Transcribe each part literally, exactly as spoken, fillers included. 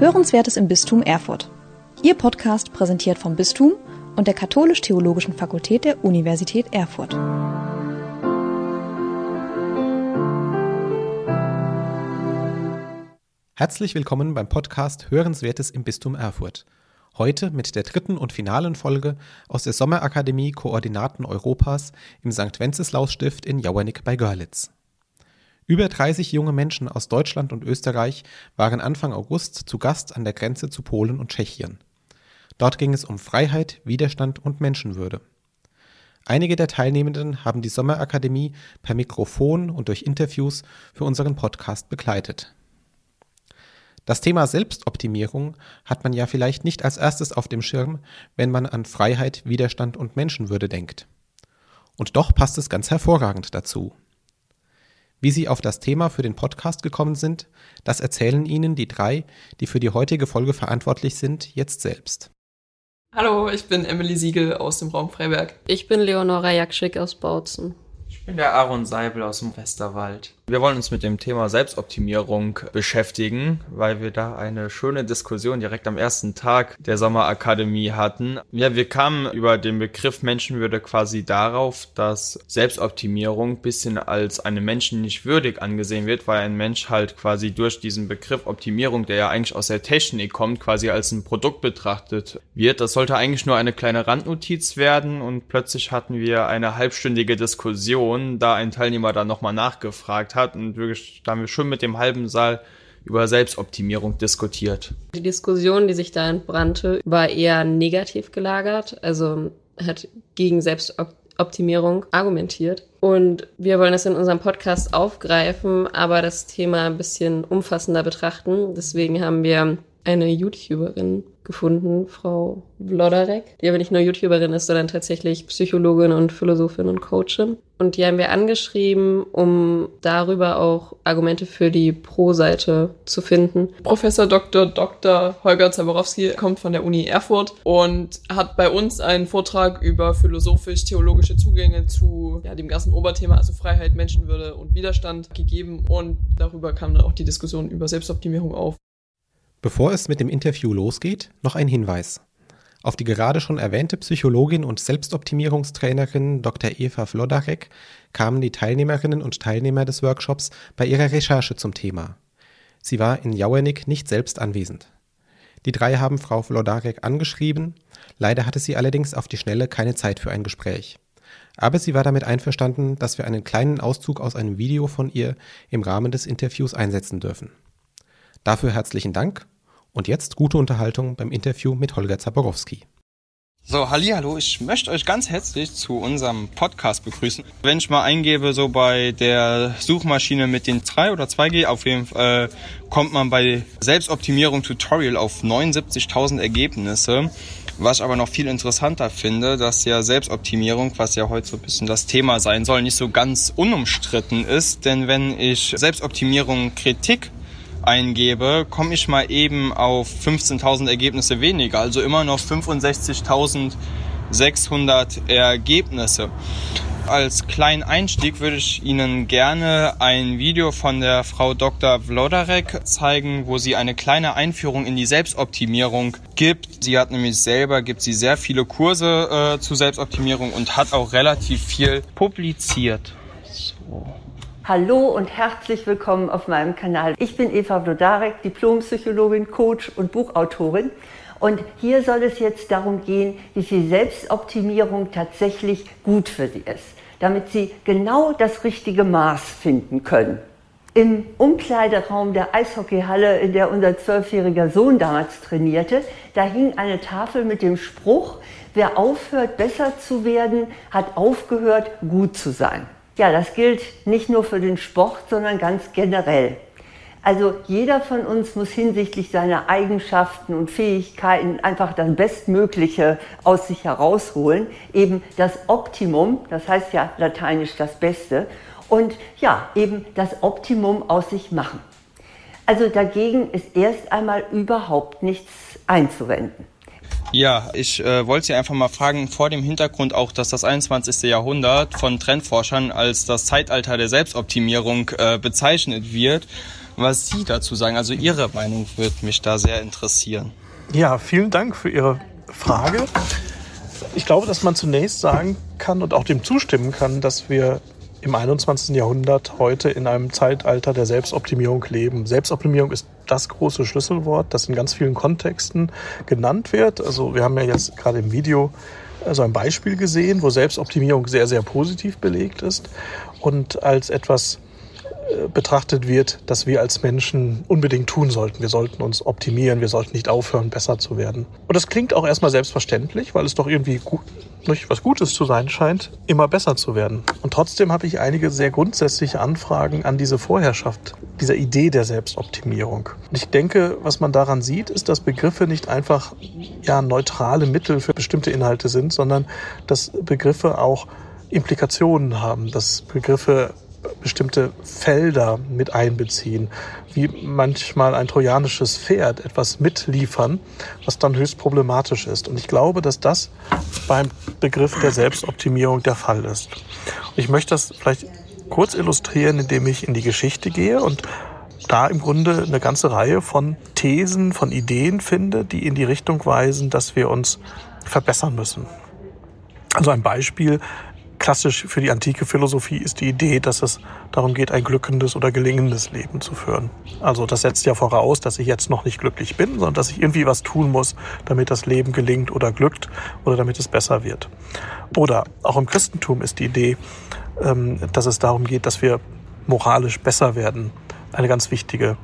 Hörenswertes im Bistum Erfurt. Ihr Podcast präsentiert vom Bistum und der Katholisch-Theologischen Fakultät der Universität Erfurt. Herzlich willkommen beim Podcast Hörenswertes im Bistum Erfurt. Heute mit der dritten und finalen Folge aus der Sommerakademie Koordinaten Europas im Sankt Wenceslaus-Stift in Jauernick bei Görlitz. Über dreißig junge Menschen aus Deutschland und Österreich waren Anfang August zu Gast an der Grenze zu Polen und Tschechien. Dort ging es um Freiheit, Widerstand und Menschenwürde. Einige der Teilnehmenden haben die Sommerakademie per Mikrofon und durch Interviews für unseren Podcast begleitet. Das Thema Selbstoptimierung hat man ja vielleicht nicht als erstes auf dem Schirm, wenn man an Freiheit, Widerstand und Menschenwürde denkt. Und doch passt es ganz hervorragend dazu. Wie Sie auf das Thema für den Podcast gekommen sind, das erzählen Ihnen die drei, die für die heutige Folge verantwortlich sind, jetzt selbst. Hallo, ich bin Emily Siegel aus dem Raum Freiberg. Ich bin Leonora Jakschik aus Bautzen. Ich bin der Aaron Seibel aus dem Westerwald. Wir wollen uns mit dem Thema Selbstoptimierung beschäftigen, weil wir da eine schöne Diskussion direkt am ersten Tag der Sommerakademie hatten. Ja, wir kamen über den Begriff Menschenwürde quasi darauf, dass Selbstoptimierung ein bisschen als einem Menschen nicht würdig angesehen wird, weil ein Mensch halt quasi durch diesen Begriff Optimierung, der ja eigentlich aus der Technik kommt, quasi als ein Produkt betrachtet wird. Das sollte eigentlich nur eine kleine Randnotiz werden und plötzlich hatten wir eine halbstündige Diskussion, da ein Teilnehmer dann nochmal nachgefragt hat und wirklich, da haben wir schon mit dem halben Saal über Selbstoptimierung diskutiert. Die Diskussion, die sich da entbrannte, war eher negativ gelagert, also hat gegen Selbstoptimierung argumentiert. Und wir wollen das in unserem Podcast aufgreifen, aber das Thema ein bisschen umfassender betrachten. Deswegen haben wir eine YouTuberin gefunden, Frau Vlodarek, die aber nicht nur YouTuberin ist, sondern tatsächlich Psychologin und Philosophin und Coachin. Und die haben wir angeschrieben, um darüber auch Argumente für die Pro-Seite zu finden. Professor Doktor Doktor Holger Zaborowski kommt von der Uni Erfurt und hat bei uns einen Vortrag über philosophisch-theologische Zugänge zu ja, dem ganzen Oberthema, also Freiheit, Menschenwürde und Widerstand gegeben. Und darüber kam dann auch die Diskussion über Selbstoptimierung auf. Bevor es mit dem Interview losgeht, noch ein Hinweis. Auf die gerade schon erwähnte Psychologin und Selbstoptimierungstrainerin Doktor Eva Vlodarek kamen die Teilnehmerinnen und Teilnehmer des Workshops bei ihrer Recherche zum Thema. Sie war in Jauernick nicht selbst anwesend. Die drei haben Frau Vlodarek angeschrieben, leider hatte sie allerdings auf die Schnelle keine Zeit für ein Gespräch. Aber sie war damit einverstanden, dass wir einen kleinen Auszug aus einem Video von ihr im Rahmen des Interviews einsetzen dürfen. Dafür herzlichen Dank. Und jetzt gute Unterhaltung beim Interview mit Holger Zaborowski. So, hallihallo, ich möchte euch ganz herzlich zu unserem Podcast begrüßen. Wenn ich mal eingebe, so bei der Suchmaschine mit den drei oder zwei G, auf jeden Fall äh, kommt man bei Selbstoptimierung Tutorial auf neunundsiebzigtausend Ergebnisse. Was ich aber noch viel interessanter finde, dass ja Selbstoptimierung, was ja heute so ein bisschen das Thema sein soll, nicht so ganz unumstritten ist. Denn wenn ich Selbstoptimierung Kritik eingebe, komme ich mal eben auf fünfzehntausend Ergebnisse weniger, also immer noch fünfundsechzigtausendsechshundert Ergebnisse. Als kleinen Einstieg würde ich Ihnen gerne ein Video von der Frau Doktor Vlodarek zeigen, wo sie eine kleine Einführung in die Selbstoptimierung gibt. Sie hat nämlich selber, gibt sie sehr viele Kurse äh, zu Selbstoptimierung und hat auch relativ viel publiziert. So. Hallo und herzlich willkommen auf meinem Kanal. Ich bin Eva Vlodarek, Diplompsychologin, Coach und Buchautorin. Und hier soll es jetzt darum gehen, wie viel Selbstoptimierung tatsächlich gut für Sie ist, damit Sie genau das richtige Maß finden können. Im Umkleideraum der Eishockeyhalle, in der unser zwölfjähriger Sohn damals trainierte, da hing eine Tafel mit dem Spruch: Wer aufhört, besser zu werden, hat aufgehört, gut zu sein. Ja, das gilt nicht nur für den Sport, sondern ganz generell. Also jeder von uns muss hinsichtlich seiner Eigenschaften und Fähigkeiten einfach das Bestmögliche aus sich herausholen. Eben das Optimum, das heißt ja lateinisch das Beste, und ja, eben das Optimum aus sich machen. Also dagegen ist erst einmal überhaupt nichts einzuwenden. Ja, ich äh, wollte Sie einfach mal fragen, vor dem Hintergrund auch, dass das einundzwanzigste Jahrhundert von Trendforschern als das Zeitalter der Selbstoptimierung äh, bezeichnet wird, was Sie dazu sagen. Also Ihre Meinung würde mich da sehr interessieren. Ja, vielen Dank für Ihre Frage. Ich glaube, dass man zunächst sagen kann und auch dem zustimmen kann, dass wir im einundzwanzigsten Jahrhundert heute in einem Zeitalter der Selbstoptimierung leben. Selbstoptimierung ist das große Schlüsselwort, das in ganz vielen Kontexten genannt wird. Also wir haben ja jetzt gerade im Video so ein Beispiel gesehen, wo Selbstoptimierung sehr, sehr positiv belegt ist und als etwas betrachtet wird, dass wir als Menschen unbedingt tun sollten. Wir sollten uns optimieren, wir sollten nicht aufhören, besser zu werden. Und das klingt auch erstmal selbstverständlich, weil es doch irgendwie gut, nicht was Gutes zu sein scheint, immer besser zu werden. Und trotzdem habe ich einige sehr grundsätzliche Anfragen an diese Vorherrschaft, dieser Idee der Selbstoptimierung. Und ich denke, was man daran sieht, ist, dass Begriffe nicht einfach ja, neutrale Mittel für bestimmte Inhalte sind, sondern dass Begriffe auch Implikationen haben, dass Begriffe bestimmte Felder mit einbeziehen, wie manchmal ein trojanisches Pferd etwas mitliefern, was dann höchst problematisch ist. Und ich glaube, dass das beim Begriff der Selbstoptimierung der Fall ist. Und ich möchte das vielleicht kurz illustrieren, indem ich in die Geschichte gehe und da im Grunde eine ganze Reihe von Thesen, von Ideen finde, die in die Richtung weisen, dass wir uns verbessern müssen. Also ein Beispiel: Klassisch für die antike Philosophie ist die Idee, dass es darum geht, ein glückendes oder gelingendes Leben zu führen. Also das setzt ja voraus, dass ich jetzt noch nicht glücklich bin, sondern dass ich irgendwie was tun muss, damit das Leben gelingt oder glückt oder damit es besser wird. Oder auch im Christentum ist die Idee, dass es darum geht, dass wir moralisch besser werden, eine ganz wichtige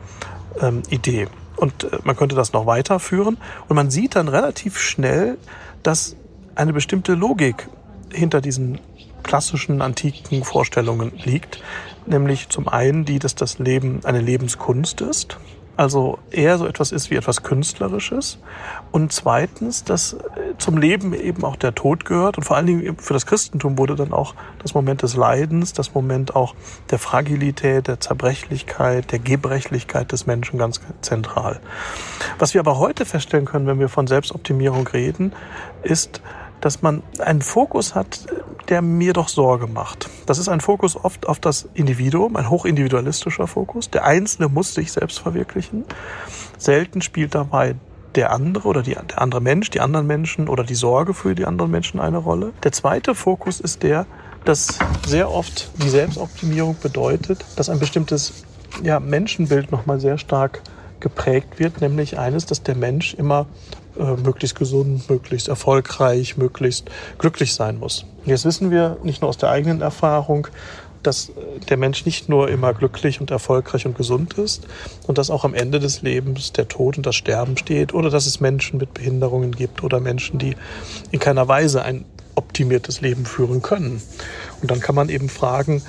Idee. Und man könnte das noch weiterführen. Und man sieht dann relativ schnell, dass eine bestimmte Logik hinter diesen klassischen antiken Vorstellungen liegt, nämlich zum einen die, dass das Leben eine Lebenskunst ist, also eher so etwas ist wie etwas Künstlerisches, und zweitens, dass zum Leben eben auch der Tod gehört, und vor allen Dingen für das Christentum wurde dann auch das Moment des Leidens, das Moment auch der Fragilität, der Zerbrechlichkeit, der Gebrechlichkeit des Menschen ganz zentral. Was wir aber heute feststellen können, wenn wir von Selbstoptimierung reden, ist, dass man einen Fokus hat, der mir doch Sorge macht. Das ist ein Fokus oft auf das Individuum, ein hochindividualistischer Fokus. Der Einzelne muss sich selbst verwirklichen. Selten spielt dabei der andere oder die, der andere Mensch, die anderen Menschen oder die Sorge für die anderen Menschen eine Rolle. Der zweite Fokus ist der, dass sehr oft die Selbstoptimierung bedeutet, dass ein bestimmtes ja, Menschenbild nochmal sehr stark geprägt wird, nämlich eines, dass der Mensch immer äh, möglichst gesund, möglichst erfolgreich, möglichst glücklich sein muss. Und jetzt wissen wir nicht nur aus der eigenen Erfahrung, dass der Mensch nicht nur immer glücklich und erfolgreich und gesund ist und dass auch am Ende des Lebens der Tod und das Sterben steht oder dass es Menschen mit Behinderungen gibt oder Menschen, die in keiner Weise ein optimiertes Leben führen können. Und dann kann man eben fragen,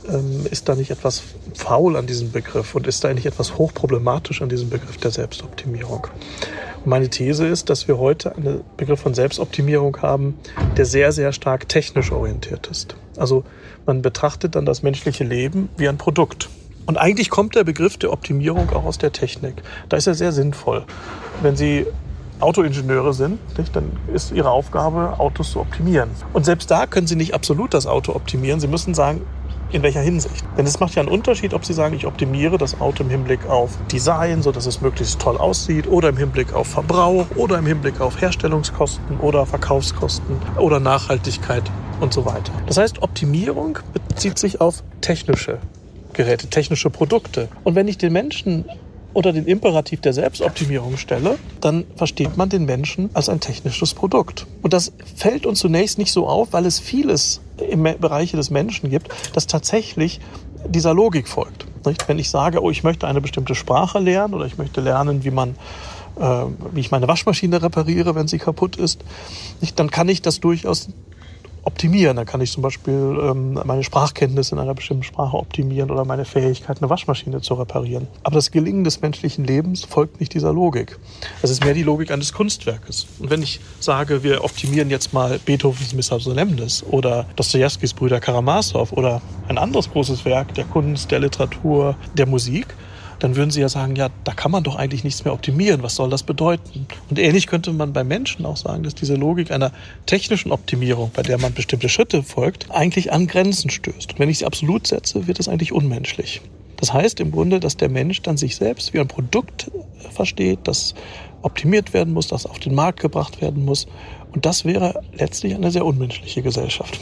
ist da nicht etwas faul an diesem Begriff und ist da nicht etwas hochproblematisch an diesem Begriff der Selbstoptimierung? Und meine These ist, dass wir heute einen Begriff von Selbstoptimierung haben, der sehr, sehr stark technisch orientiert ist. Also man betrachtet dann das menschliche Leben wie ein Produkt. Und eigentlich kommt der Begriff der Optimierung auch aus der Technik. Da ist er sehr sinnvoll. Wenn Sie Autoingenieure sind, nicht, dann ist Ihre Aufgabe, Autos zu optimieren. Und selbst da können Sie nicht absolut das Auto optimieren. Sie müssen sagen, in welcher Hinsicht? Denn es macht ja einen Unterschied, ob Sie sagen, ich optimiere das Auto im Hinblick auf Design, sodass es möglichst toll aussieht, oder im Hinblick auf Verbrauch, oder im Hinblick auf Herstellungskosten oder Verkaufskosten oder Nachhaltigkeit und so weiter. Das heißt, Optimierung bezieht sich auf technische Geräte, technische Produkte. Und wenn ich den Menschen unter den Imperativ der Selbstoptimierung stelle, dann versteht man den Menschen als ein technisches Produkt. Und das fällt uns zunächst nicht so auf, weil es vieles im Bereiche des Menschen gibt, das tatsächlich dieser Logik folgt. Nicht? Wenn ich sage, oh, ich möchte eine bestimmte Sprache lernen oder ich möchte lernen, wie man, äh, wie ich meine Waschmaschine repariere, wenn sie kaputt ist, nicht, dann kann ich das durchaus optimieren. Dann kann ich zum Beispiel ähm, meine Sprachkenntnisse in einer bestimmten Sprache optimieren oder meine Fähigkeit, eine Waschmaschine zu reparieren. Aber das Gelingen des menschlichen Lebens folgt nicht dieser Logik. Es ist mehr die Logik eines Kunstwerkes. Und wenn ich sage, wir optimieren jetzt mal Beethovens Missa Solemnis oder Dostojewskis Brüder Karamasow oder ein anderes großes Werk der Kunst, der Literatur, der Musik, dann würden Sie ja sagen, ja, da kann man doch eigentlich nichts mehr optimieren. Was soll das bedeuten? Und ähnlich könnte man bei Menschen auch sagen, dass diese Logik einer technischen Optimierung, bei der man bestimmte Schritte folgt, eigentlich an Grenzen stößt. Und wenn ich sie absolut setze, wird es eigentlich unmenschlich. Das heißt im Grunde, dass der Mensch dann sich selbst wie ein Produkt versteht, das optimiert werden muss, das auf den Markt gebracht werden muss. Und das wäre letztlich eine sehr unmenschliche Gesellschaft.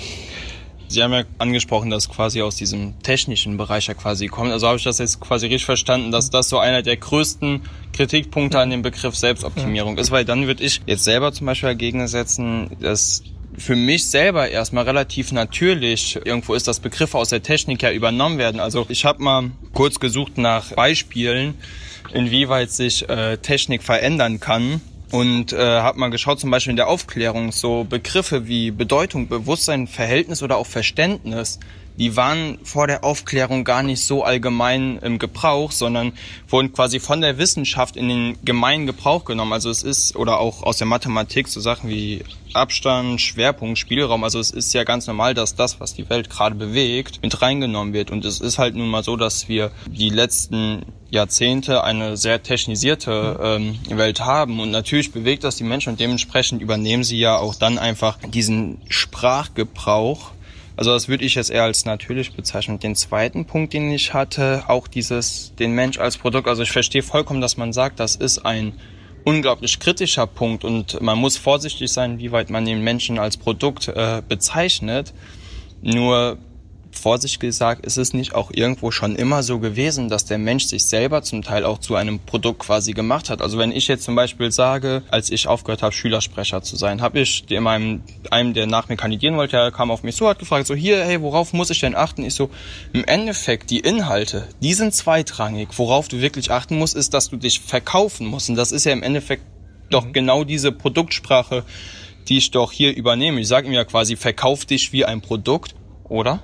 Sie haben ja angesprochen, dass quasi aus diesem technischen Bereich ja quasi kommt. Also habe ich das jetzt quasi richtig verstanden, dass das so einer der größten Kritikpunkte an dem Begriff Selbstoptimierung ist, weil dann würde ich jetzt selber zum Beispiel dagegen setzen, dass für mich selber erstmal relativ natürlich irgendwo ist, dass Begriffe aus der Technik ja übernommen werden. Also ich habe mal kurz gesucht nach Beispielen, inwieweit sich äh, Technik verändern kann. Und äh, habe mal geschaut, zum Beispiel in der Aufklärung, so Begriffe wie Bedeutung, Bewusstsein, Verhältnis oder auch Verständnis, die waren vor der Aufklärung gar nicht so allgemein im Gebrauch, sondern wurden quasi von der Wissenschaft in den gemeinen Gebrauch genommen. Also es ist, oder auch aus der Mathematik, so Sachen wie Abstand, Schwerpunkt, Spielraum. Also es ist ja ganz normal, dass das, was die Welt gerade bewegt, mit reingenommen wird. Und es ist halt nun mal so, dass wir die letzten Jahrzehnte eine sehr technisierte ähm, Welt haben. Und natürlich bewegt das die Menschen und dementsprechend übernehmen sie ja auch dann einfach diesen Sprachgebrauch. Also das würde ich jetzt eher als natürlich bezeichnen. Den zweiten Punkt, den ich hatte, auch dieses, den Mensch als Produkt. Also ich verstehe vollkommen, dass man sagt, das ist ein unglaublich kritischer Punkt und man muss vorsichtig sein, wie weit man den Menschen als Produkt äh, bezeichnet. Nur vorsichtig gesagt, ist es nicht auch irgendwo schon immer so gewesen, dass der Mensch sich selber zum Teil auch zu einem Produkt quasi gemacht hat. Also wenn ich jetzt zum Beispiel sage, als ich aufgehört habe, Schülersprecher zu sein, habe ich in meinem, einem, der nach mir kandidieren wollte, der kam auf mich so, hat gefragt, so hier, hey, worauf muss ich denn achten? Ich so, im Endeffekt, die Inhalte, die sind zweitrangig. Worauf du wirklich achten musst, ist, dass du dich verkaufen musst. Und das ist ja im Endeffekt doch mhm. genau diese Produktsprache, die ich doch hier übernehme. Ich sage mir ja quasi, verkauf dich wie ein Produkt, oder?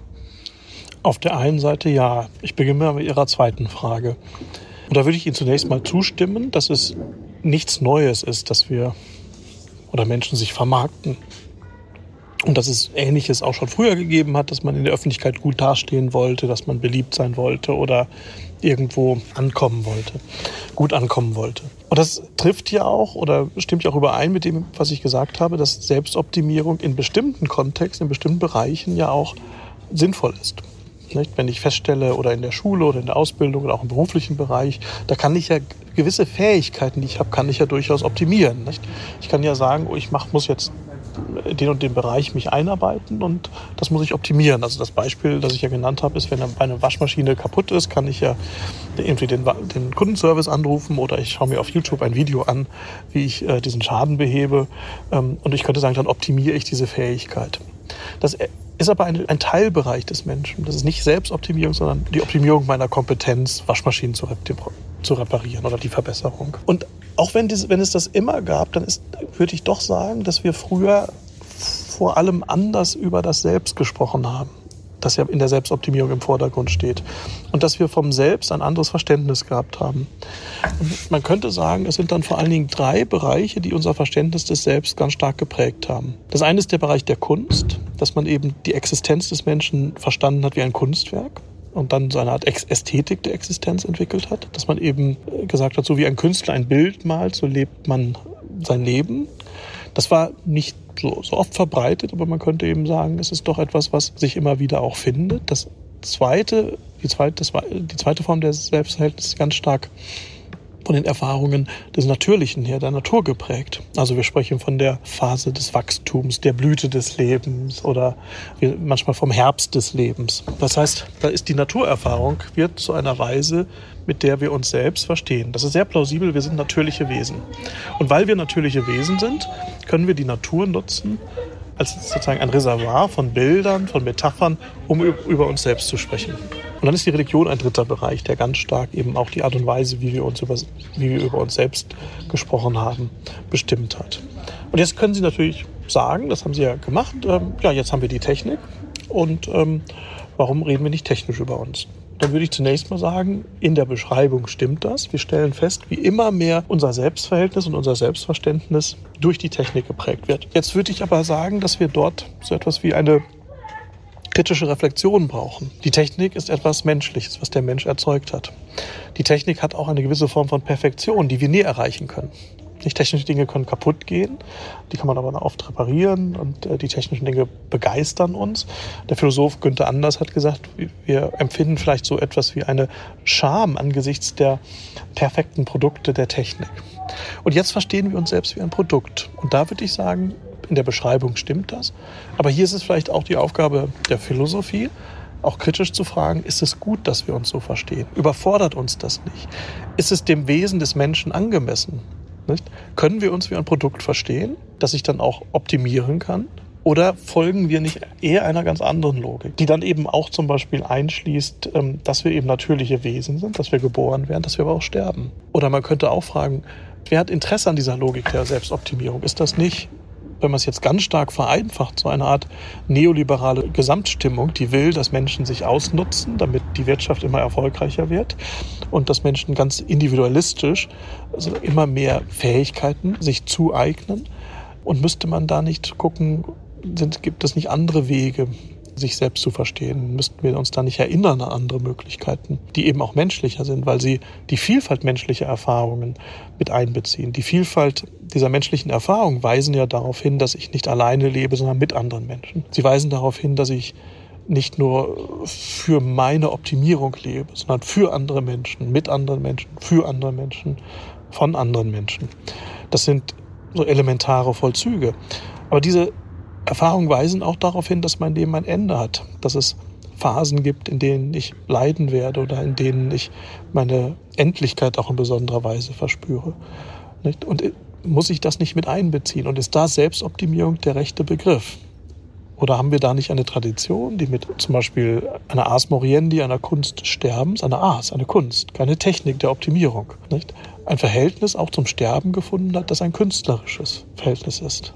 Auf der einen Seite ja. Ich beginne mal mit Ihrer zweiten Frage. Und da würde ich Ihnen zunächst mal zustimmen, dass es nichts Neues ist, dass wir oder Menschen sich vermarkten. Und dass es Ähnliches auch schon früher gegeben hat, dass man in der Öffentlichkeit gut dastehen wollte, dass man beliebt sein wollte oder irgendwo ankommen wollte, gut ankommen wollte. Und das trifft ja auch oder stimmt ja auch überein mit dem, was ich gesagt habe, dass Selbstoptimierung in bestimmten Kontexten, in bestimmten Bereichen ja auch sinnvoll ist. Nicht? Wenn ich feststelle, oder in der Schule oder in der Ausbildung oder auch im beruflichen Bereich, da kann ich ja gewisse Fähigkeiten, die ich habe, kann ich ja durchaus optimieren. Nicht? Ich kann ja sagen, oh, ich mach, muss jetzt den und den Bereich mich einarbeiten und das muss ich optimieren. Also das Beispiel, das ich ja genannt habe, ist, wenn eine Waschmaschine kaputt ist, kann ich ja irgendwie den, den Kundenservice anrufen oder ich schaue mir auf YouTube ein Video an, wie ich äh, diesen Schaden behebe ähm, und ich könnte sagen, dann optimiere ich diese Fähigkeit. Das ist aber ein, ein Teilbereich des Menschen. Das ist nicht Selbstoptimierung, sondern die Optimierung meiner Kompetenz, Waschmaschinen zu, rep- zu reparieren oder die Verbesserung. Und auch wenn, dies, wenn es das immer gab, dann ist, würde ich doch sagen, dass wir früher vor allem anders über das Selbst gesprochen haben, das ja in der Selbstoptimierung im Vordergrund steht. Und dass wir vom Selbst ein anderes Verständnis gehabt haben. Und man könnte sagen, es sind dann vor allen Dingen drei Bereiche, die unser Verständnis des Selbst ganz stark geprägt haben. Das eine ist der Bereich der Kunst, dass man eben die Existenz des Menschen verstanden hat wie ein Kunstwerk und dann so eine Art Ästhetik der Existenz entwickelt hat. Dass man eben gesagt hat, so wie ein Künstler ein Bild malt, so lebt man sein Leben. Das war nicht so, so oft verbreitet, aber man könnte eben sagen, es ist doch etwas, was sich immer wieder auch findet. Das zweite, die zweite, die zweite Form der Selbstverhältnis ist ganz stark von den Erfahrungen des Natürlichen her, der Natur geprägt. Also wir sprechen von der Phase des Wachstums, der Blüte des Lebens oder manchmal vom Herbst des Lebens. Das heißt, da ist die Naturerfahrung, wird zu einer Weise, mit der wir uns selbst verstehen. Das ist sehr plausibel, wir sind natürliche Wesen. Und weil wir natürliche Wesen sind, können wir die Natur nutzen als sozusagen ein Reservoir von Bildern, von Metaphern, um über uns selbst zu sprechen. Und dann ist die Religion ein dritter Bereich, der ganz stark eben auch die Art und Weise, wie wir uns über, wie wir über uns selbst gesprochen haben, bestimmt hat. Und jetzt können Sie natürlich sagen, das haben Sie ja gemacht, ähm, ja, jetzt haben wir die Technik und ähm, warum reden wir nicht technisch über uns? Dann würde ich zunächst mal sagen, in der Beschreibung stimmt das. Wir stellen fest, wie immer mehr unser Selbstverhältnis und unser Selbstverständnis durch die Technik geprägt wird. Jetzt würde ich aber sagen, dass wir dort so etwas wie eine kritische Reflexion brauchen. Die Technik ist etwas Menschliches, was der Mensch erzeugt hat. Die Technik hat auch eine gewisse Form von Perfektion, die wir nie erreichen können. Nicht technische Dinge können kaputt gehen, die kann man aber oft reparieren und äh, die technischen Dinge begeistern uns. Der Philosoph Günther Anders hat gesagt, wir empfinden vielleicht so etwas wie eine Scham angesichts der perfekten Produkte der Technik. Und jetzt verstehen wir uns selbst wie ein Produkt. Und da würde ich sagen, in der Beschreibung stimmt das. Aber hier ist es vielleicht auch die Aufgabe der Philosophie, auch kritisch zu fragen, ist es gut, dass wir uns so verstehen? Überfordert uns das nicht? Ist es dem Wesen des Menschen angemessen? Nicht? Können wir uns wie ein Produkt verstehen, das ich dann auch optimieren kann? Oder folgen wir nicht eher einer ganz anderen Logik, die dann eben auch zum Beispiel einschließt, dass wir eben natürliche Wesen sind, dass wir geboren werden, dass wir aber auch sterben? Oder man könnte auch fragen, wer hat Interesse an dieser Logik der Selbstoptimierung? Ist das nicht, wenn man es jetzt ganz stark vereinfacht, so eine Art neoliberale Gesamtstimmung, die will, dass Menschen sich ausnutzen, damit die Wirtschaft immer erfolgreicher wird und dass Menschen ganz individualistisch also immer mehr Fähigkeiten sich zueignen? Und müsste man da nicht gucken, sind, gibt es nicht andere Wege, sich selbst zu verstehen? Müssten wir uns da nicht erinnern an andere Möglichkeiten, die eben auch menschlicher sind, weil sie die Vielfalt menschlicher Erfahrungen mit einbeziehen. Die Vielfalt dieser menschlichen Erfahrungen weisen ja darauf hin, dass ich nicht alleine lebe, sondern mit anderen Menschen. Sie weisen darauf hin, dass ich nicht nur für meine Optimierung lebe, sondern für andere Menschen, mit anderen Menschen, für andere Menschen, von anderen Menschen. Das sind so elementare Vollzüge. Aber diese Erfahrungen weisen auch darauf hin, dass mein Leben ein Ende hat, dass es Phasen gibt, in denen ich leiden werde oder in denen ich meine Endlichkeit auch in besonderer Weise verspüre. Und muss ich das nicht mit einbeziehen? Und ist da Selbstoptimierung der rechte Begriff? Oder haben wir da nicht eine Tradition, die mit zum Beispiel einer Ars Moriendi, einer Kunst des Sterbens, eine Ars, eine Kunst, keine Technik der Optimierung, nicht? Ein Verhältnis auch zum Sterben gefunden hat, das ein künstlerisches Verhältnis ist.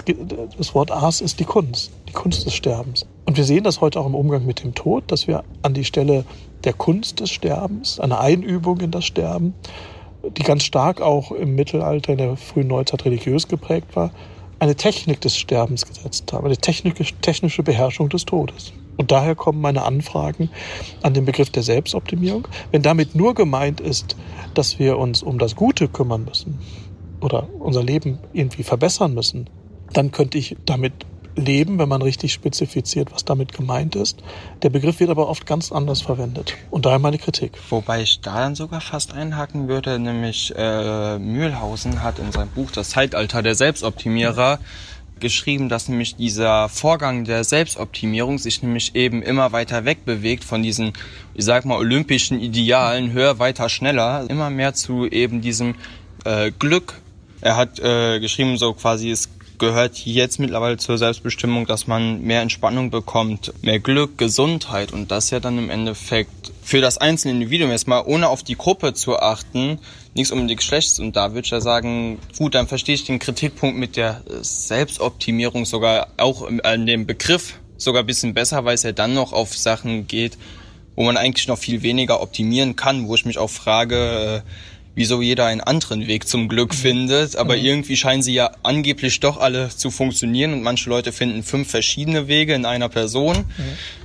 Das Wort Ars ist die Kunst, die Kunst des Sterbens. Und wir sehen das heute auch im Umgang mit dem Tod, dass wir an die Stelle der Kunst des Sterbens, eine Einübung in das Sterben, die ganz stark auch im Mittelalter, in der frühen Neuzeit religiös geprägt war, eine Technik des Sterbens gesetzt haben, eine technische Beherrschung des Todes. Und daher kommen meine Anfragen an den Begriff der Selbstoptimierung. Wenn damit nur gemeint ist, dass wir uns um das Gute kümmern müssen oder unser Leben irgendwie verbessern müssen, dann könnte ich damit leben, wenn man richtig spezifiziert, was damit gemeint ist. Der Begriff wird aber oft ganz anders verwendet. Und daher meine Kritik. Wobei ich da dann sogar fast einhaken würde, nämlich äh, Mühlhausen hat in seinem Buch Das Zeitalter der Selbstoptimierer geschrieben, dass nämlich dieser Vorgang der Selbstoptimierung sich nämlich eben immer weiter wegbewegt von diesen, ich sag mal, olympischen Idealen, höher, weiter, schneller, immer mehr zu eben diesem äh, Glück. Er hat äh, geschrieben, so quasi, es gehört jetzt mittlerweile zur Selbstbestimmung, dass man mehr Entspannung bekommt, mehr Glück, Gesundheit und das ja dann im Endeffekt für das einzelne Individuum jetzt mal, ohne auf die Gruppe zu achten, nichts unbedingt Schlechtes. Und da würde ich ja sagen, gut, dann verstehe ich den Kritikpunkt mit der Selbstoptimierung sogar auch an dem Begriff sogar ein bisschen besser, weil es ja dann noch auf Sachen geht, wo man eigentlich noch viel weniger optimieren kann, wo ich mich auch frage, wieso jeder einen anderen Weg zum Glück findet, aber mhm. irgendwie scheinen sie ja angeblich doch alle zu funktionieren und manche Leute finden fünf verschiedene Wege in einer Person, mhm.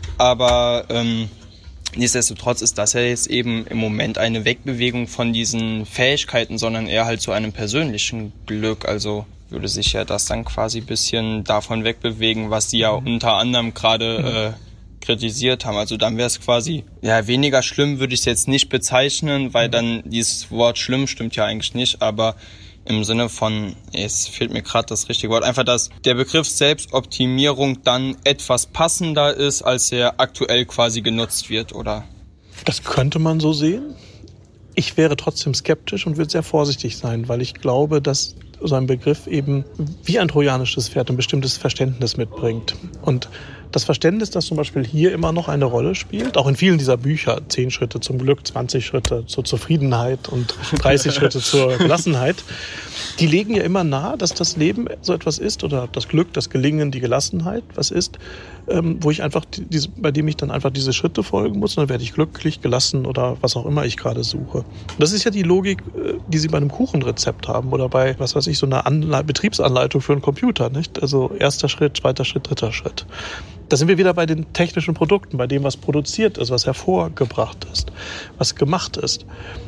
aber ähm, nichtsdestotrotz ist das ja jetzt eben im Moment eine Wegbewegung von diesen Fähigkeiten, sondern eher halt zu einem persönlichen Glück, also würde sich ja das dann quasi ein bisschen davon wegbewegen, was die ja mhm. unter anderem gerade mhm. äh, kritisiert haben. Also dann wäre es quasi, ja, weniger schlimm würde ich es jetzt nicht bezeichnen, weil dann dieses Wort schlimm stimmt ja eigentlich nicht, aber im Sinne von, es fehlt mir gerade das richtige Wort, einfach, dass der Begriff Selbstoptimierung dann etwas passender ist, als er aktuell quasi genutzt wird, oder? Das könnte man so sehen. Ich wäre trotzdem skeptisch und würde sehr vorsichtig sein, weil ich glaube, dass so ein Begriff eben wie ein trojanisches Pferd ein bestimmtes Verständnis mitbringt. Und das Verständnis, das zum Beispiel hier immer noch eine Rolle spielt, auch in vielen dieser Bücher, zehn Schritte zum Glück, zwanzig Schritte zur Zufriedenheit und dreißig Schritte zur Gelassenheit, die legen ja immer nahe, dass das Leben so etwas ist, oder das Glück, das Gelingen, die Gelassenheit, was ist, ähm, wo ich einfach, diese, bei dem ich dann einfach diese Schritte folgen muss, und dann werde ich glücklich, gelassen oder was auch immer ich gerade suche. Und das ist ja die Logik, die Sie bei einem Kuchenrezept haben oder bei, was weiß ich, so einer Anle- Betriebsanleitung für einen Computer, nicht? Also erster Schritt, zweiter Schritt, dritter Schritt. Da sind wir wieder bei den technischen Produkten, bei dem, was produziert ist, was hervorgebracht ist, was gemacht ist.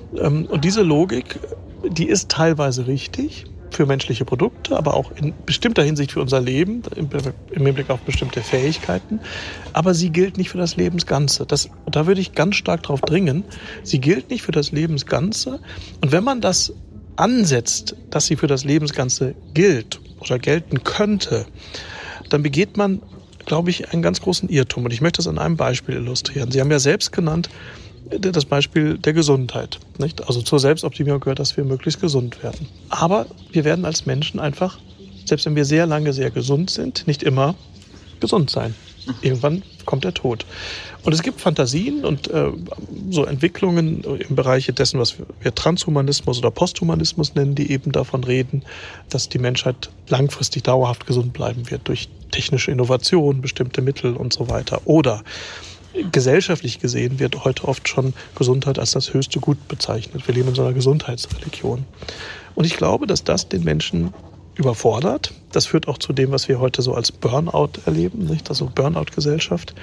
Und diese Logik, die ist teilweise richtig für menschliche Produkte, aber auch in bestimmter Hinsicht für unser Leben, im Hinblick auf bestimmte Fähigkeiten. Aber sie gilt nicht für das Lebensganze. Das, da würde ich ganz stark drauf dringen. Sie gilt nicht für das Lebensganze. Und wenn man das ansetzt, dass sie für das Lebensganze gilt oder gelten könnte, dann begeht man, glaube ich, einen ganz großen Irrtum. Und ich möchte das an einem Beispiel illustrieren. Sie haben ja selbst genannt, das Beispiel der Gesundheit. Nicht? Also zur Selbstoptimierung gehört, dass wir möglichst gesund werden. Aber wir werden als Menschen einfach, selbst wenn wir sehr lange sehr gesund sind, nicht immer gesund sein. Irgendwann kommt der Tod. Und es gibt Fantasien und äh, so Entwicklungen im Bereich dessen, was wir Transhumanismus oder Posthumanismus nennen, die eben davon reden, dass die Menschheit langfristig dauerhaft gesund bleiben wird durch technische Innovation, bestimmte Mittel und so weiter. Oder gesellschaftlich gesehen wird heute oft schon Gesundheit als das höchste Gut bezeichnet. Wir leben in so einer Gesundheitsreligion. Und ich glaube, dass das den Menschen überfordert. Das führt auch zu dem, was wir heute so als Burnout erleben, nicht? Also Burnout-Gesellschaft.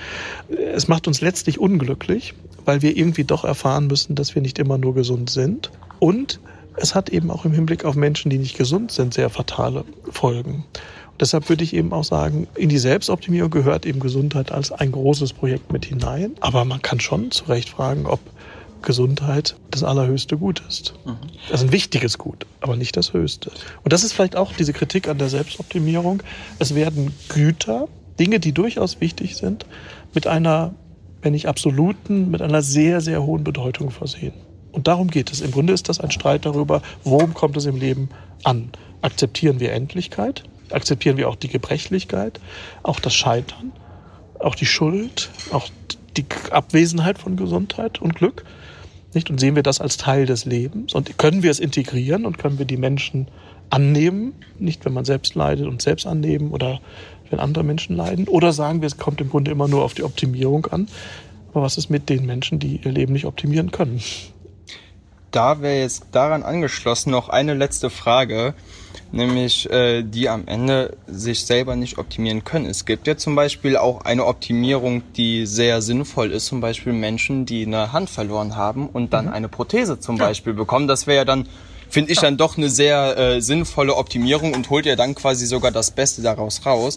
Es macht uns letztlich unglücklich, weil wir irgendwie doch erfahren müssen, dass wir nicht immer nur gesund sind. Und es hat eben auch im Hinblick auf Menschen, die nicht gesund sind, sehr fatale Folgen. Deshalb würde ich eben auch sagen, in die Selbstoptimierung gehört eben Gesundheit als ein großes Projekt mit hinein. Aber man kann schon zu Recht fragen, ob Gesundheit das allerhöchste Gut ist. Mhm. Das ist ein wichtiges Gut, aber nicht das höchste. Und das ist vielleicht auch diese Kritik an der Selbstoptimierung. Es werden Güter, Dinge, die durchaus wichtig sind, mit einer, wenn nicht absoluten, mit einer sehr, sehr hohen Bedeutung versehen. Und darum geht es. Im Grunde ist das ein Streit darüber, worum kommt es im Leben an. Akzeptieren wir Endlichkeit? Akzeptieren wir auch die Gebrechlichkeit, auch das Scheitern, auch die Schuld, auch die Abwesenheit von Gesundheit und Glück? Nicht? Und sehen wir das als Teil des Lebens? Und können wir es integrieren und können wir die Menschen annehmen? Nicht, wenn man selbst leidet und selbst annehmen oder wenn andere Menschen leiden? Oder sagen wir, es kommt im Grunde immer nur auf die Optimierung an? Aber was ist mit den Menschen, die ihr Leben nicht optimieren können? Da wäre jetzt daran angeschlossen noch eine letzte Frage, nämlich äh, die am Ende sich selber nicht optimieren können. Es gibt ja zum Beispiel auch eine Optimierung, die sehr sinnvoll ist, zum Beispiel Menschen, die eine Hand verloren haben und dann mhm. eine Prothese zum ja. Beispiel bekommen. Das wäre ja dann, finde ich, dann doch eine sehr äh, sinnvolle Optimierung und holt ja dann quasi sogar das Beste daraus raus.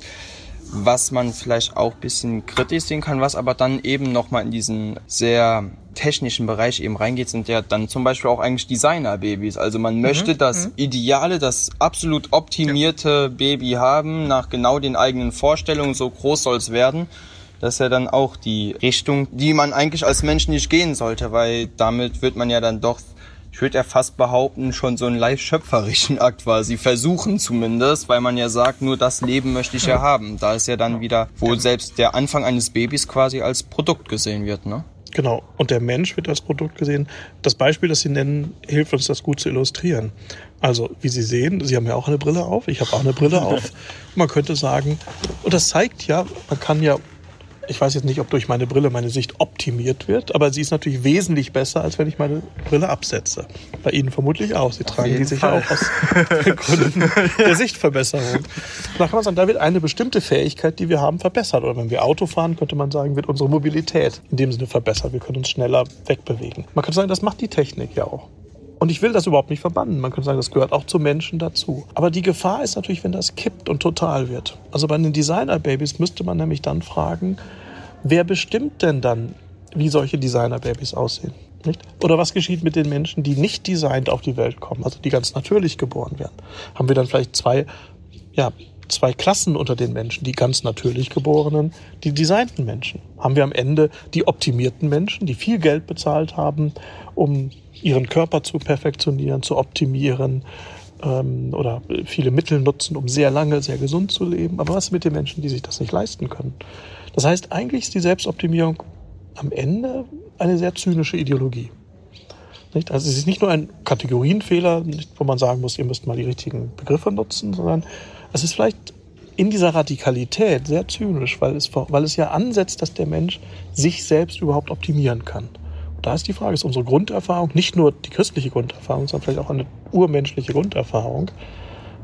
Was man vielleicht auch ein bisschen kritisch sehen kann, was aber dann eben nochmal in diesen sehr technischen Bereich eben reingeht, sind ja dann zum Beispiel auch eigentlich Designer-Babys. Also man mhm. möchte das mhm. ideale, das absolut optimierte ja. Baby haben, nach genau den eigenen Vorstellungen, so groß soll es werden. Das ist ja dann auch die Richtung, die man eigentlich als Mensch nicht gehen sollte, weil damit wird man ja dann doch, ich würde ja fast behaupten, schon so einen leicht schöpferischen Akt quasi versuchen zumindest, weil man ja sagt, nur das Leben möchte ich ja haben. Da ist ja dann wieder, wo selbst der Anfang eines Babys quasi als Produkt gesehen wird, ne? Genau. Und der Mensch wird als Produkt gesehen. Das Beispiel, das Sie nennen, hilft uns, das gut zu illustrieren. Also, wie Sie sehen, Sie haben ja auch eine Brille auf, ich habe auch eine Brille auf. Man könnte sagen, und das zeigt ja, man kann ja, ich weiß jetzt nicht, ob durch meine Brille meine Sicht optimiert wird, aber sie ist natürlich wesentlich besser, als wenn ich meine Brille absetze. Bei Ihnen vermutlich auch. Sie tragen die sicher auch aus Gründen der Sichtverbesserung. Da kann man sagen, da wird eine bestimmte Fähigkeit, die wir haben, verbessert. Oder wenn wir Auto fahren, könnte man sagen, wird unsere Mobilität in dem Sinne verbessert. Wir können uns schneller wegbewegen. Man könnte sagen, das macht die Technik ja auch. Und ich will das überhaupt nicht verbannen. Man könnte sagen, das gehört auch zu Menschen dazu. Aber die Gefahr ist natürlich, wenn das kippt und total wird. Also bei den Designer-Babys müsste man nämlich dann fragen, wer bestimmt denn dann, wie solche Designer-Babys aussehen? Nicht? Oder was geschieht mit den Menschen, die nicht designt auf die Welt kommen, also die ganz natürlich geboren werden? Haben wir dann vielleicht zwei, ja, zwei Klassen unter den Menschen, die ganz natürlich geborenen, die designten Menschen? Haben wir am Ende die optimierten Menschen, die viel Geld bezahlt haben, um ihren Körper zu perfektionieren, zu optimieren ähm, oder viele Mittel nutzen, um sehr lange, sehr gesund zu leben? Aber was mit den Menschen, die sich das nicht leisten können? Das heißt, eigentlich ist die Selbstoptimierung am Ende eine sehr zynische Ideologie. Nicht? Also es ist nicht nur ein Kategorienfehler, wo man sagen muss, ihr müsst mal die richtigen Begriffe nutzen, sondern es ist vielleicht in dieser Radikalität sehr zynisch, weil es, weil es ja ansetzt, dass der Mensch sich selbst überhaupt optimieren kann. Und da ist die Frage, ist unsere Grunderfahrung, nicht nur die christliche Grunderfahrung, sondern vielleicht auch eine urmenschliche Grunderfahrung,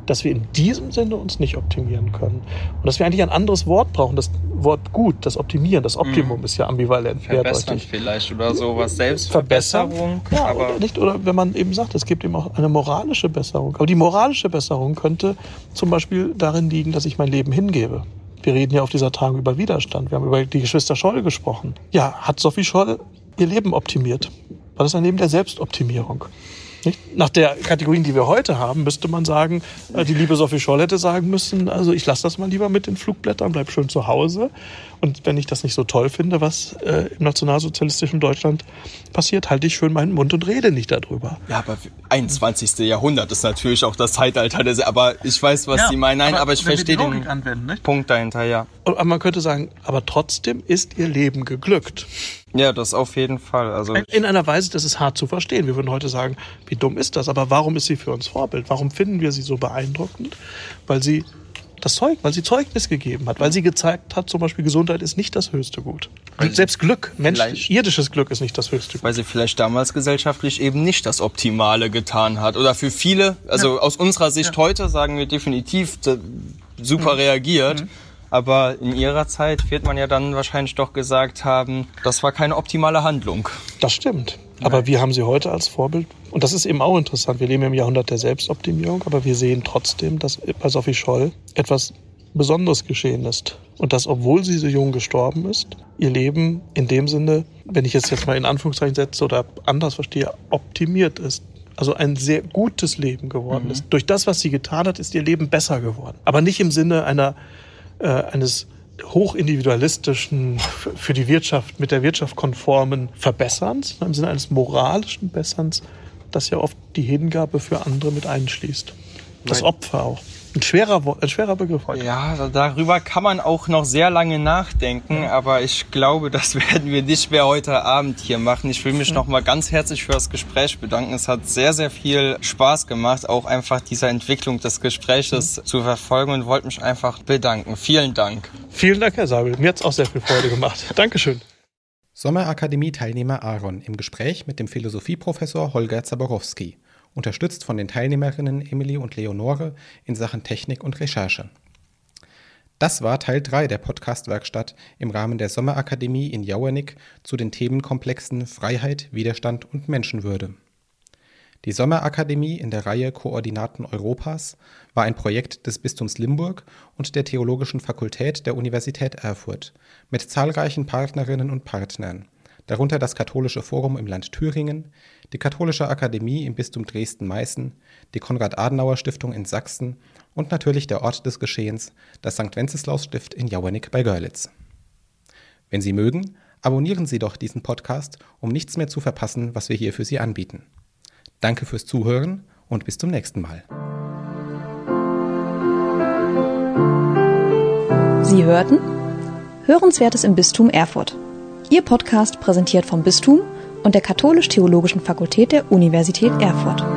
dass wir in diesem Sinne uns nicht optimieren können. Und dass wir eigentlich ein anderes Wort brauchen. Das Wort gut, das Optimieren, das Optimum mhm. ist ja ambivalent. Verbessern vielleicht oder sowas. Selbstverbesserung. Ja, aber oder nicht, oder wenn man eben sagt, es gibt eben auch eine moralische Besserung. Aber die moralische Besserung könnte zum Beispiel darin liegen, dass ich mein Leben hingebe. Wir reden ja auf dieser Tagung über Widerstand. Wir haben über die Geschwister Scholl gesprochen. Ja, hat Sophie Scholl ihr Leben optimiert? War das ein Leben der Selbstoptimierung? Nicht? Nach der Kategorien, die wir heute haben, müsste man sagen, die liebe Sophie Scholl hätte sagen müssen, also ich lasse das mal lieber mit den Flugblättern, bleib schön zu Hause. Und wenn ich das nicht so toll finde, was äh, im nationalsozialistischen Deutschland passiert, halte ich schön meinen Mund und rede nicht darüber. Ja, aber einundzwanzigste Jahrhundert ist natürlich auch das Zeitalter. Des, aber ich weiß, was ja, Sie meinen. Nein, aber, aber ich verstehe den anwenden, Punkt dahinter, ja. Und, aber man könnte sagen, aber trotzdem ist ihr Leben geglückt. Ja, das auf jeden Fall. Also in einer Weise, das ist hart zu verstehen. Wir würden heute sagen, wie dumm ist das? Aber warum ist sie für uns Vorbild? Warum finden wir sie so beeindruckend? Weil sie das Zeug, weil sie Zeugnis gegeben hat, weil sie gezeigt hat, zum Beispiel Gesundheit ist nicht das höchste Gut. Weil selbst Glück, Mensch, irdisches Glück ist nicht das höchste Gut. Weil sie vielleicht damals gesellschaftlich eben nicht das Optimale getan hat. Oder für viele, also ja. aus unserer Sicht ja. heute sagen wir definitiv super mhm. reagiert. Mhm. Aber in ihrer Zeit wird man ja dann wahrscheinlich doch gesagt haben, das war keine optimale Handlung. Das stimmt. Aber wir haben sie heute als Vorbild. Und das ist eben auch interessant. Wir leben im Jahrhundert der Selbstoptimierung, aber wir sehen trotzdem, dass bei Sophie Scholl etwas Besonderes geschehen ist. Und dass, obwohl sie so jung gestorben ist, ihr Leben in dem Sinne, wenn ich es jetzt mal in Anführungszeichen setze oder anders verstehe, optimiert ist. Also ein sehr gutes Leben geworden mhm. ist. Durch das, was sie getan hat, ist ihr Leben besser geworden. Aber nicht im Sinne einer, äh, eines hochindividualistischen, für die Wirtschaft, mit der Wirtschaft konformen Verbesserns, im Sinne eines moralischen Besserns, das ja oft die Hingabe für andere mit einschließt. Das Opfer auch. Ein schwerer, ein schwerer Begriff heute. Ja, darüber kann man auch noch sehr lange nachdenken, ja. aber ich glaube, das werden wir nicht mehr heute Abend hier machen. Ich will mich ja. noch mal ganz herzlich für das Gespräch bedanken. Es hat sehr, sehr viel Spaß gemacht, auch einfach diese Entwicklung des Gespräches ja. zu verfolgen und wollte mich einfach bedanken. Vielen Dank. Vielen Dank, Herr Sabel. Mir hat es auch sehr viel Freude gemacht. Dankeschön. Sommerakademie-Teilnehmer Aaron im Gespräch mit dem Philosophieprofessor Holger Zaborowski, unterstützt von den Teilnehmerinnen Emily und Leonore in Sachen Technik und Recherche. Das war Teil drei der Podcast-Werkstatt im Rahmen der Sommerakademie in Jauernick zu den Themenkomplexen Freiheit, Widerstand und Menschenwürde. Die Sommerakademie in der Reihe Koordinaten Europas war ein Projekt des Bistums Limburg und der Theologischen Fakultät der Universität Erfurt mit zahlreichen Partnerinnen und Partnern, darunter das Katholische Forum im Land Thüringen, die Katholische Akademie im Bistum Dresden-Meißen, die Konrad-Adenauer-Stiftung in Sachsen und natürlich der Ort des Geschehens, das Sankt Wenceslaus-Stift in Jauernick bei Görlitz. Wenn Sie mögen, abonnieren Sie doch diesen Podcast, um nichts mehr zu verpassen, was wir hier für Sie anbieten. Danke fürs Zuhören und bis zum nächsten Mal. Sie hörten Hörenswertes im Bistum Erfurt. Ihr Podcast präsentiert vom Bistum und der Katholisch-Theologischen Fakultät der Universität Erfurt.